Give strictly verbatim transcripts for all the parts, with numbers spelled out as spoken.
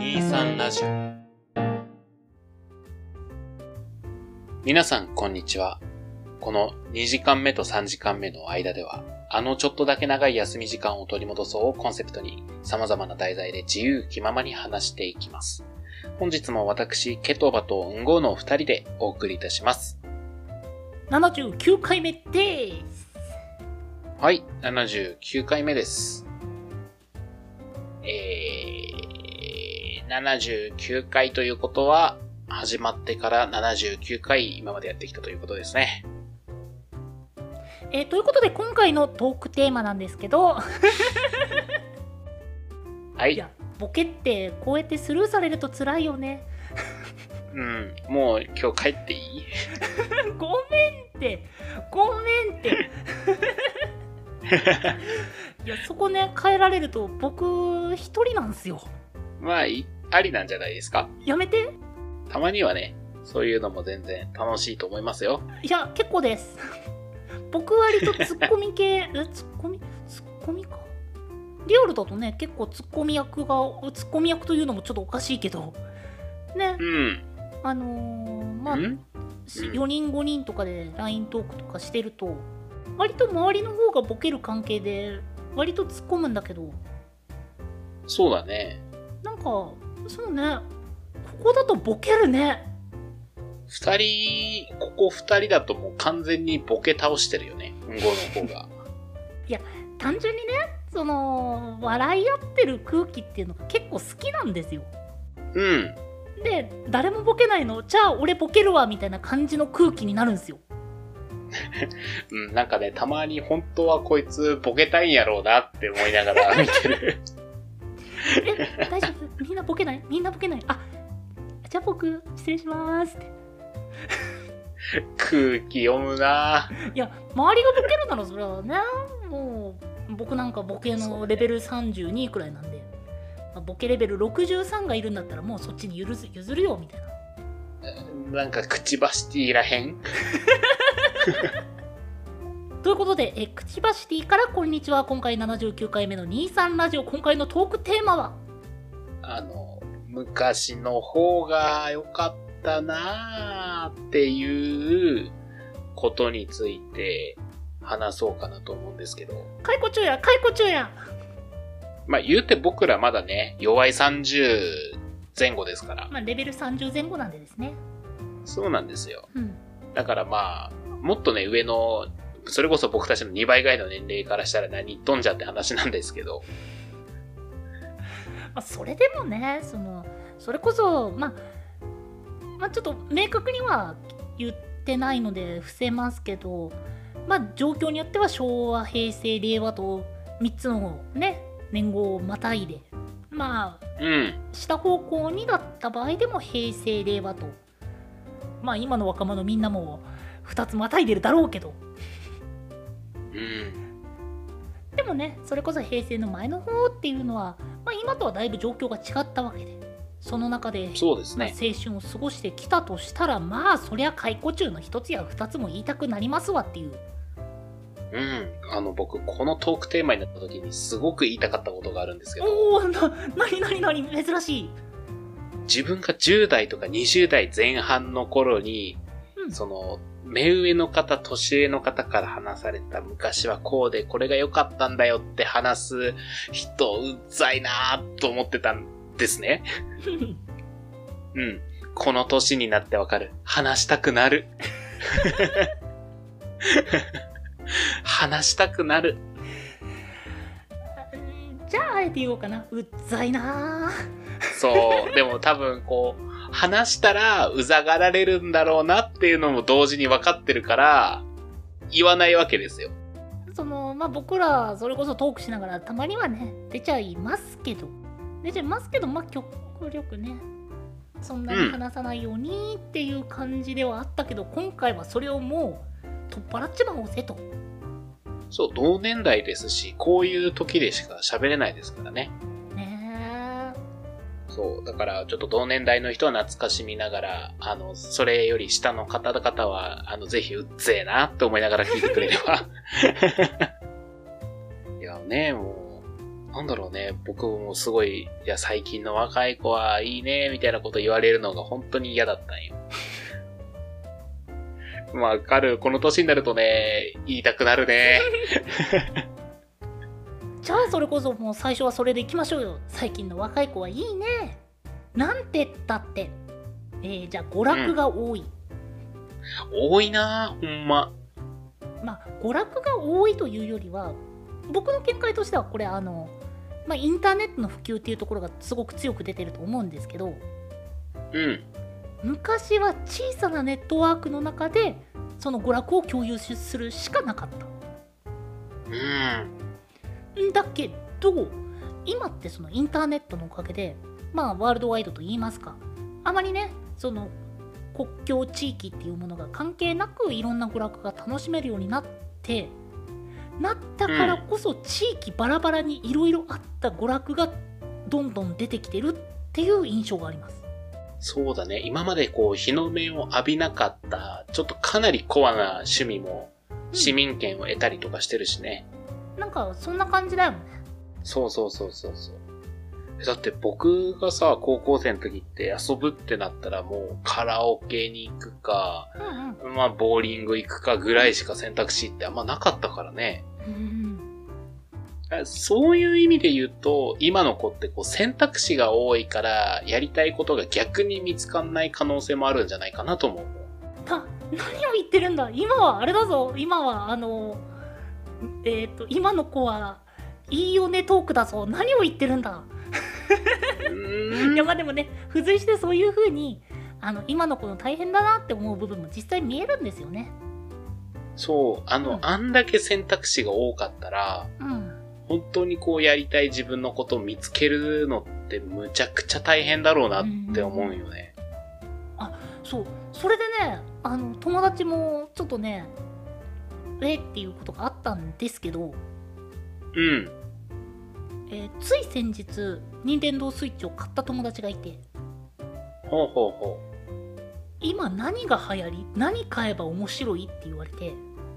にじゅうさんラジオ。皆さんこんにちは。このにじかんめとさんじかんめの間では、あのちょっとだけ長い休み時間を取り戻そうをコンセプトに様々な題材で自由気ままに話していきます。本日も私、ケトバとウンゴーのふたりでお送りいたします。 ななじゅうきゅうかいめです。 はい、ななじゅうきゅうかいめです。えー、ななじゅうきゅうかいということは、始まってからななじゅうきゅうかい今までやってきたということですね。 えー、ということで今回のトークテーマなんですけどはい。 いや、ボケってこうやってスルーされると辛いよねうん、もう今日帰っていいごめんってごめんっていや、そこね、変えられると僕一人なんすよ。 まあ、ありなんじゃないですか。 やめて。 たまにはね、そういうのも全然楽しいと思いますよ。 いや、結構です僕割とツッコミ系えツッコミツッコミかリアルだとね、結構ツッコミ役がツッコミ役というのもちょっとおかしいけどね、 うん。 あのー、まあ、 うんよにんごにんとかで ライン トークとかしてると割と周りの方がボケる関係で割と突っ込むんだけど、 そうだね。 なんかそうね、ここだとボケるね。 二人、ここ二人だともう完全にボケ倒してるよね。うんごの方が。 いや、単純にね、その笑い合ってる空気っていうのが結構好きなんですよ。 うん。 で、誰もボケないの、じゃあ俺ボケるわみたいな感じの空気になるんですようん、なんかね、たまに本当はこいつボケたいんやろうなって思いながら見てる。 え、大丈夫？みんなボケない？みんなボケない？あ、じゃあ僕失礼しますって空気読むないや、周りがボケるならそれはね、もう僕なんかボケのレベルさんじゅうにくらいなんで、まあ、ボケレベルろくじゅうさんがいるんだったらもうそっちに譲る、譲るよみたいな。 なんかくちばしティらへんということで、えくちばしティからこんにちは。今回ななじゅうきゅうかいめのにじゅうさんラジオ、今回のトークテーマはあの、昔の方が良かったなーっていうことについて話そうかなと思うんですけど。 解雇中や、解雇中や。 まあ言うて僕らまだね、弱いさんじゅうぜん後ですから。 まあレベルさんじゅうぜん後なんでですね。 そうなんですよ。 うん。 だからまあ、もっとね、上の、それこそ僕たちのにばいぐらいの年齢からしたら何言っとんじゃって話なんですけど。 まあ、それでもね、その、それこそ、まあ、まあ、ちょっと明確には言ってないので伏せますけど、まあ、状況によっては昭和、平成、令和とみっつのね、年号をまたいで、まあ、 うん。 下方向にだった場合でも平成、令和と、まあ、今の若者みんなもふたつまたいでるだろうけど、 うん。 でもね、それこそ平成の前の方っていうのは、まあ、今とはだいぶ状況が違ったわけで、その中で、 そうですね。 まあ、青春を過ごしてきたとしたら、まあそりゃ解雇中の一つや二つも言いたくなりますわっていう。 うん。あの僕、このトークテーマになった時にすごく言いたかったことがあるんですけど。 おー、な、なになになに、珍しい。 自分がじゅう代とかにじゅう代前半の頃に、 うん、 その、目上の方、年上の方から話された昔はこうで、これが良かったんだよって話す人、うざいなぁと思ってたんですね。うん。この年になってわかる。話したくなる。話したくなる。 じゃああえて言おうかな。うっざいなぁ。 そう。でも多分こう、話したらうざがられるんだろうなっていうのも同時に分かってるから、言わないわけですよ。 その、まあ僕ら、それこそトークしながらたまにはね、出ちゃいますけど、出ちゃいますけど、まあ極力ね、そんなに話さないようにっていう感じではあったけど、うん、今回はそれをもう取っ払っちまおうぜと。 そう、同年代ですし、こういう時でしか喋れないですからね。 ねえ。 そう、だからちょっと同年代の人は懐かしみながら、あの、それより下の方々は、あの、ぜひうっぜえなって思いながら聞いてくれれば。いやね、もう、 なんだろうね、僕もすごい、いや、最近の若い子はいいね、みたいなこと言われるのが本当に嫌だったんよ。まあ、わかる。この年になるとね、言いたくなるね。 じゃあそれこそもう最初はそれでいきましょうよ。最近の若い子はいいね。なんて言ったって。えー、じゃあ娯楽が多い。 うん、多いなぁ、ほんま。 まあ、娯楽が多いというよりは、僕の見解としてはこれあの、まあ、インターネットの普及っていうところがすごく強く出てると思うんですけど、 うん。 昔は小さなネットワークの中でその娯楽を共有するしかなかった。 うん。 だけど今ってそのインターネットのおかげで、まあワールドワイドと言いますか、あまりねその国境地域っていうものが関係なくいろんな娯楽が楽しめるようになってなったからこそ、地域バラバラにいろいろあった娯楽がどんどん出てきてるっていう印象があります。 そうだね。今までこう日の目を浴びなかったちょっとかなりコアな趣味も市民権を得たりとかしてるしね、 うん、なんかそんな感じだよね。 そうそうそうそうそう。だって僕がさ、高校生の時って遊ぶってなったらもうカラオケに行くか、うんうん、まあボーリング行くかぐらいしか選択肢ってあんまなかったからね。うん、そういう意味で言うと、今の子ってこう選択肢が多いからやりたいことが逆に見つかんない可能性もあるんじゃないかなと思う。 た、何を言ってるんだ。今はあれだぞ。今はあの、えっと、今の子はいいよねトークだぞ。何を言ってるんだ。いやまあでもね、付随してそういう風にあの今の子の大変だなって思う部分も実際見えるんですよね。 そう、あの、うん、あんだけ選択肢が多かったら、うん、本当にこうやりたい自分のことを見つけるのってむちゃくちゃ大変だろうなって思うよね。 うん、あ、そう、それでね、あの友達もちょっとね、えっていうことがあったんですけど、 うん。 えー、つい先日任天堂スイッチを買った友達がいて、 ほうほうほう、 今何が流行り、何買えば面白いって言われて、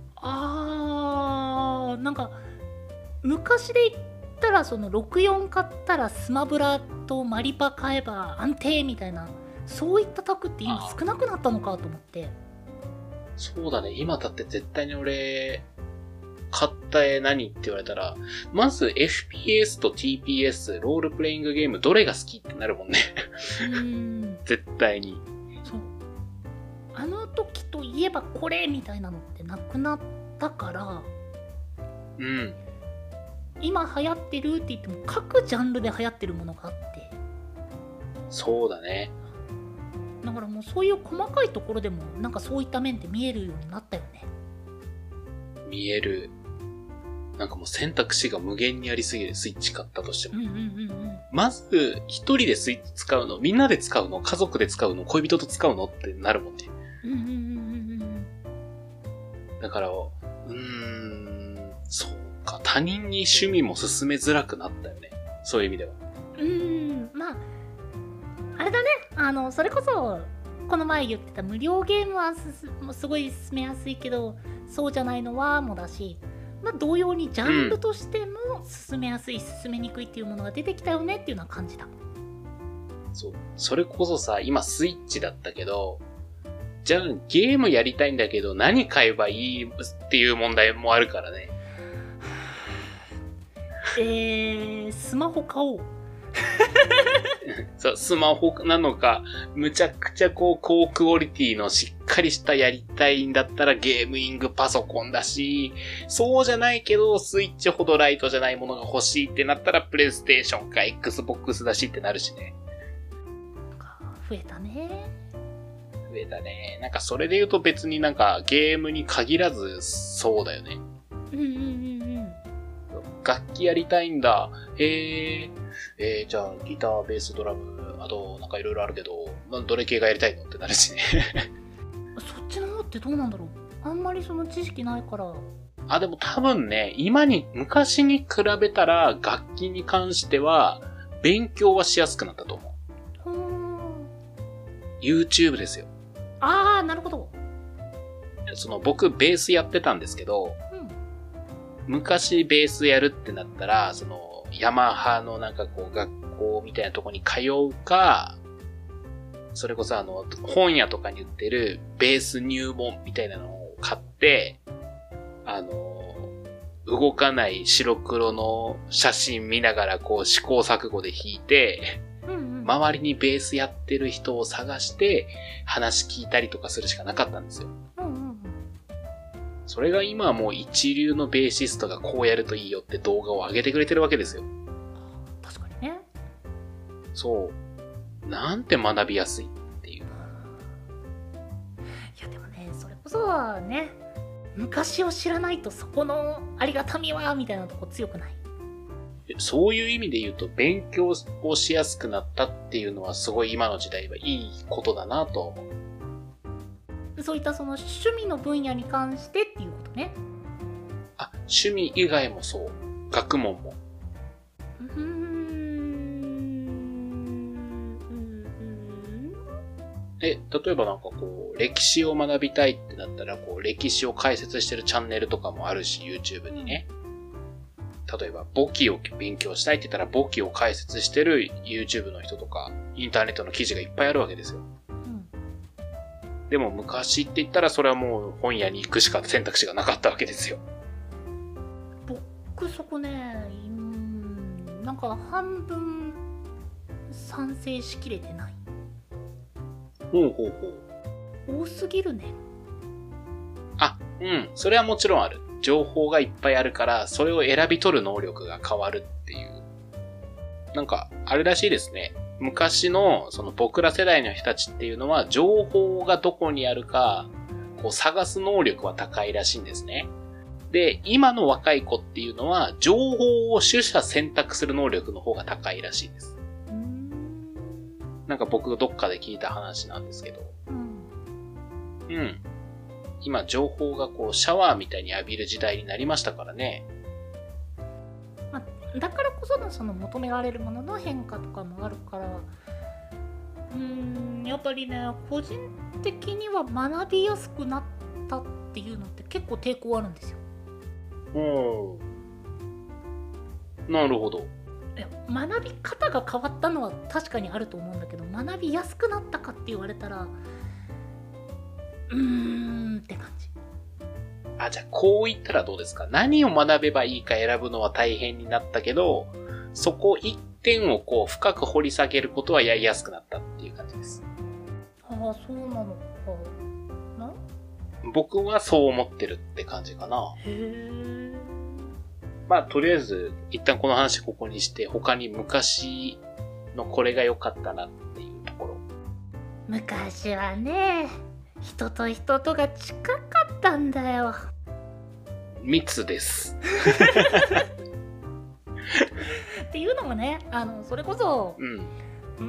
あー、なんか昔で言ったらそのろくじゅうよん買ったらスマブラとマリパ買えば安定みたいな、そういった卓って今少なくなったのかと思って。 そうだね、今だって絶対に俺買った絵何って言われたら、まず エフピーエス と ティーピーエス、ロールプレイングゲームどれが好きってなるもんね。うーん絶対に。 そう。あの時といえばこれみたいなのってなくなったから、 うん。 今流行ってるって言っても各ジャンルで流行ってるものがあって。 そうだね。 だからもうそういう細かいところでもなんかそういった面って見えるようになったよね。 見える。なんかもう選択肢が無限にありすぎる。スイッチ買ったとしても、うんうんうんうん、まず一人でスイッチ使うの、みんなで使うの、家族で使うの、恋人と使うのってなるもんね。うんうんうんうん、だからうーん、そうか、他人に趣味も進めづらくなったよね、そういう意味では。 うーん、まああれだね、あのそれこそこの前言ってた無料ゲームは す, すごい進めやすいけど、そうじゃないのはもだし、まあ、同様にジャンルとしても進めやすい、うん、進めにくいっていうものが出てきたよねっていうのは感じた。 そう、それこそさ、今スイッチだったけど、じゃあゲームやりたいんだけど何買えばいいっていう問題もあるからね。 えー、スマホ買おう。 そう、スマホなのか、むちゃくちゃこう高クオリティのしっかりしたやりたいんだったらゲームイングパソコンだし、そうじゃないけどスイッチほどライトじゃないものが欲しいってなったらプレイステーションか Xbox だしってなるしね。 増えたね。 増えたね。なんかそれで言うと別になんかゲームに限らずそうだよね。うんうんうんうん。楽器やりたいんだ。へえ。えー、じゃあギター、ベース、ドラム、あとなんかいろいろあるけど、どれ系がやりたいのってなるしね。 そっちの方ってどうなんだろう。あんまりその知識ないから。 あ、でも多分ね、今に昔に比べたら楽器に関しては勉強はしやすくなったと思う。ほー。YouTube ですよ。 あー、なるほど。 その僕ベースやってたんですけど、うん、昔ベースやるってなったらそのヤマハのなんかこう学校みたいなとこに通うか、それこそあの、本屋とかに売ってるベース入門みたいなのを買って、あの、動かない白黒の写真見ながらこう試行錯誤で弾いて、うんうん、周りにベースやってる人を探して話聞いたりとかするしかなかったんですよ。うんうん、それが今はもう一流のベーシストがこうやるといいよって動画を上げてくれてるわけですよ。 確かにね。 そう。なんて学びやすいっていう。いやでもね、それこそはね、昔を知らないとそこのありがたみはみたいなとこ強くない？ そういう意味で言うと勉強をしやすくなったっていうのはすごい今の時代はいいことだなと思う。そういったその趣味の分野に関してっていうことね。 あ、趣味以外もそう。学問も。うーん。え、例えばなんかこう、歴史を学びたいってなったら、こう、歴史を解説してるチャンネルとかもあるし、YouTube にね。例えば、簿記を勉強したいって言ったら、簿記を解説してる YouTube の人とか、インターネットの記事がいっぱいあるわけですよ。うん、でも昔って言ったら、それはもう本屋に行くしか選択肢がなかったわけですよ。 僕そこね、うん、なんか半分賛成しきれてない。 ほうほうほう。多すぎるね。 あ、うん、それはもちろんある。情報がいっぱいあるから、それを選び取る能力が変わるっていう。なんか、あれらしいですね。昔の、その僕ら世代の人たちっていうのは、情報がどこにあるか、こう探す能力は高いらしいんですね。で、今の若い子っていうのは、情報を取捨選択する能力の方が高いらしいです。なんか僕どっかで聞いた話なんですけど。うん。うん。今情報がこうシャワーみたいに浴びる時代になりましたからね。 まあ、だからこそのその求められるものの変化とかもあるから、うーん、やっぱりね、個人的には学びやすくなったっていうのって結構抵抗あるんですよ。 おー。なるほど。 学び方が変わったのは確かにあると思うんだけど、学びやすくなったかって言われたら、うーんって感じ。 あ、じゃあこう言ったらどうですか？何を学べばいいか選ぶのは大変になったけど、そこ一点をこう深く掘り下げることはやりやすくなったっていう感じです。 ああ、そうなのかな？ 僕はそう思ってるって感じかな。 へー。 まあとりあえず一旦この話ここにして、他に昔のこれが良かったなっていうところ。 昔はね、人と人とが近かったんだよ。 密です。 っていうのもね、あのそれこそ、うん、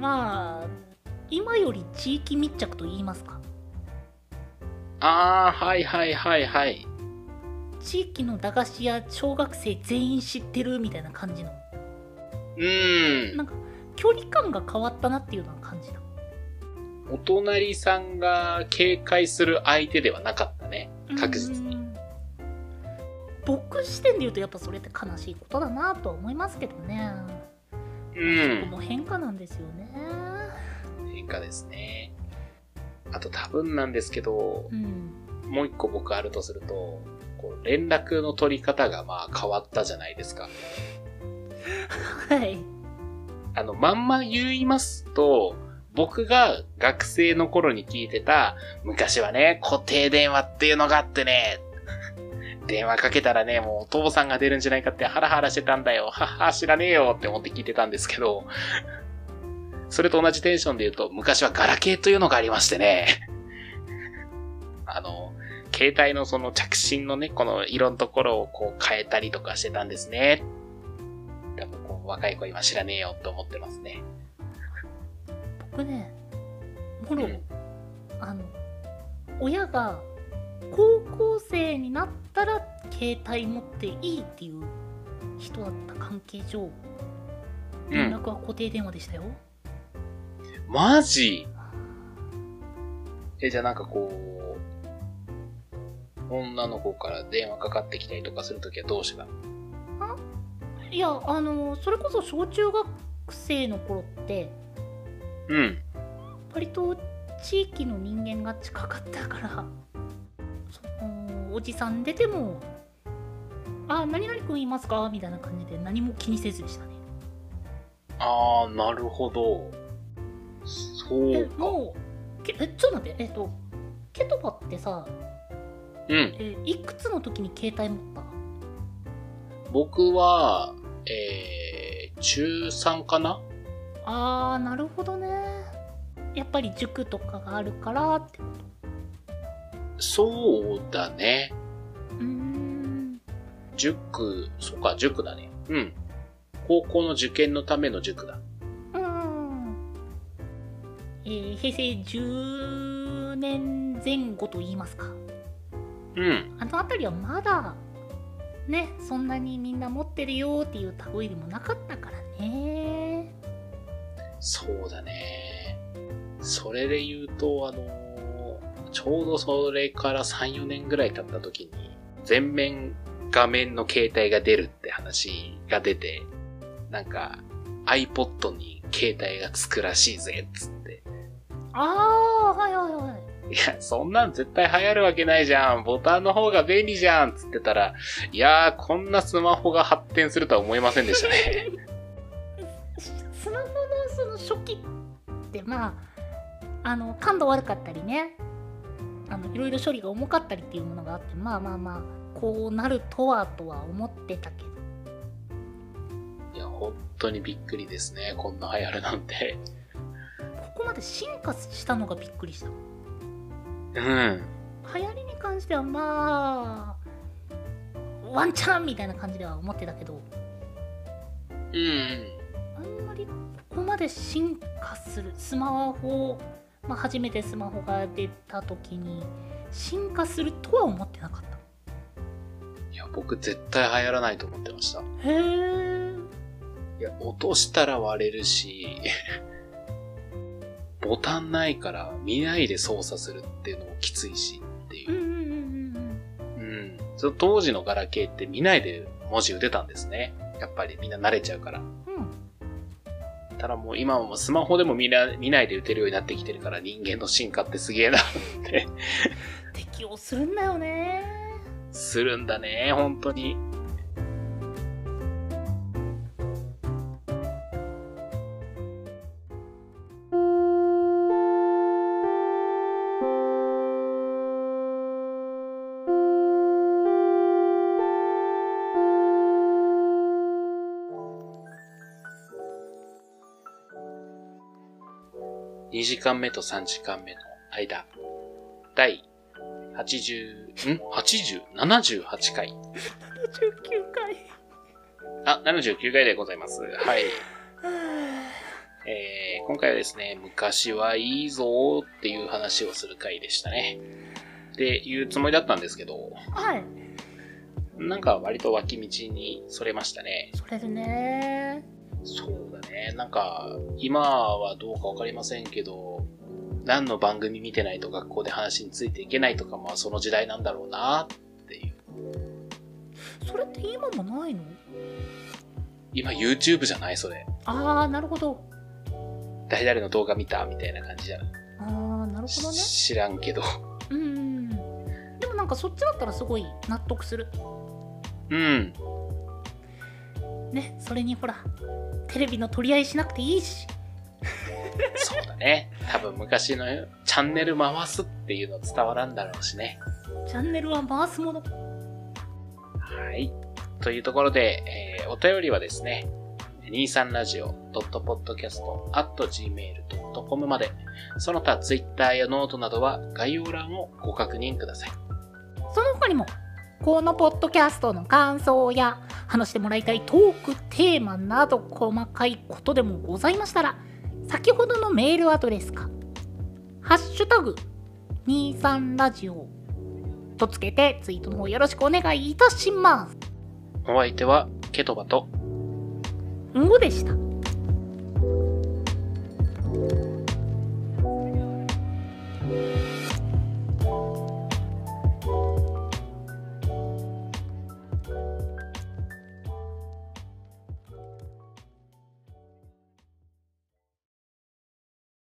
まあ今より地域密着と言いますか。 ああ、はいはいはいはい。 地域の駄菓子屋小学生全員知ってるみたいな感じの。 うーん。 なんか距離感が変わったなっていうのは感じた。 お隣さんが警戒する相手ではなかったね。確実に。 僕視点で言うとやっぱそれって悲しいことだなとは思いますけどね。うん。そこも変化なんですよね。 変化ですね。あと多分なんですけど、うん、もう一個僕あるとすると、こう連絡の取り方がまあ変わったじゃないですか。 はい。 あの、まんま言いますと、僕が学生の頃に聞いてた、昔はね、固定電話っていうのがあってね、電話かけたらね、もうお父さんが出るんじゃないかってハラハラしてたんだよ。はは、知らねえよって思って聞いてたんですけど、それと同じテンションで言うと、昔はガラケーというのがありましてね、あの、携帯のその着信のね、この色のところをこう変えたりとかしてたんですね。多分こう若い子今知らねえよって思ってますね。 僕ね、もろ、うん、あの、親が高校生になったら携帯持っていいっていう人だった関係上、連絡は固定電話でしたよ。 うん、マジ？え、じゃあなんかこう、女の子から電話かかってきたりとかするときはどうしてたの？ いや、あのそれこそ小中学生の頃ってうん割と地域の人間が近かったから、そのおじさん出ても「あ、何々君いますか?」みたいな感じで何も気にせずでしたね。 ああ、なるほど。そえうか。 もうけえちょっと待って、えっとケトバってさ、 うんえいくつの時に携帯持った？ 僕はえー、中さんかな。 あー、なるほどね。やっぱり塾とかがあるからってこと。 そうだね。 うーん。 塾、そっか、塾だね。うん。高校の受験のための塾だ。 うーん。えー、平成じゅうねんぜん後と言いますか。 うん。 あのあたりはまだ、ね、そんなにみんな持ってるよっていう類でもなかったからね。 そうだね。それで言うと、あのー、ちょうどそれからさん、よねんぐらい経った時に、全面画面の携帯が出るって話が出て、なんか iPod に携帯がつくらしいぜっつって。 あー、はいはいはい。 いや、そんなん絶対流行るわけないじゃん。ボタンの方が便利じゃんっつってたら、いやー、こんなスマホが発展するとは思いませんでしたね。 スマホのその初期ってまあ、あの感度悪かったりね、あのいろいろ処理が重かったりっていうものがあって、まあまあまあこうなるとはとは思ってたけど、 いや、本当にびっくりですね。こんな流行るなんて。 ここまで進化したのがびっくりした。 うん。 流行りに関してはまあワンチャンみたいな感じでは思ってたけど、 うんあんまりここまで進化するスマホ、まあ、初めてスマホが出た時に進化するとは思ってなかった。 いや、僕絶対流行らないと思ってました。 へえ。 いや、落としたら割れるし、ボタンないから見ないで操作するっていうのもきついしっていう。 うんうんうんうん。 うん。その当時のガラケーって見ないで文字打てたんですね。やっぱりみんな慣れちゃうから。 うん。 ただもう今はもうスマホでも見な、見ないで打てるようになってきてるから、人間の進化ってすげえなって適応するんだよね。 するんだね、本当に。にじかんめとさんじかんめの間、第はちじゅう、ん ?はちじゅう?ななじゅうはち 回。 ななじゅうきゅうかい。 あ、ななじゅうきゅうかいでございます。はい。えー、今回はですね、昔はいいぞーっていう話をする回でしたね。っていうつもりだったんですけど、 はい。 なんか割と脇道にそれましたね。 それでね。 そうだね。なんか、今はどうかわかりませんけど、何の番組見てないと学校で話についていけないとか、まあその時代なんだろうなっていう。 それって今もないの？ 今 YouTube じゃないそれ。 あー、なるほど。 誰々の動画見たみたいな感じじゃない。 あー、なるほどね。 知らんけど。 うん。でもなんかそっちだったらすごい納得する。 うん。 ね、それにほら、テレビの取り合いしなくていいし。 そうだね。多分昔のチャンネル回すっていうの伝わらんだろうしね。 チャンネルは回すもの。 はい。というところで、えー、お便りはですね、にじゅうさんラジオドットポッドキャストアットジーメールドットコム まで、その他ツイッターやノートなどは概要欄をご確認ください。 その他にも、このポッドキャストの感想や話してもらいたいトークテーマなど細かいことでもございましたら、先ほどのメールアドレスかハッシュタグにじゅうさんラジオとつけてツイートの方よろしくお願いいたします。 お相手はケトバとんごでした。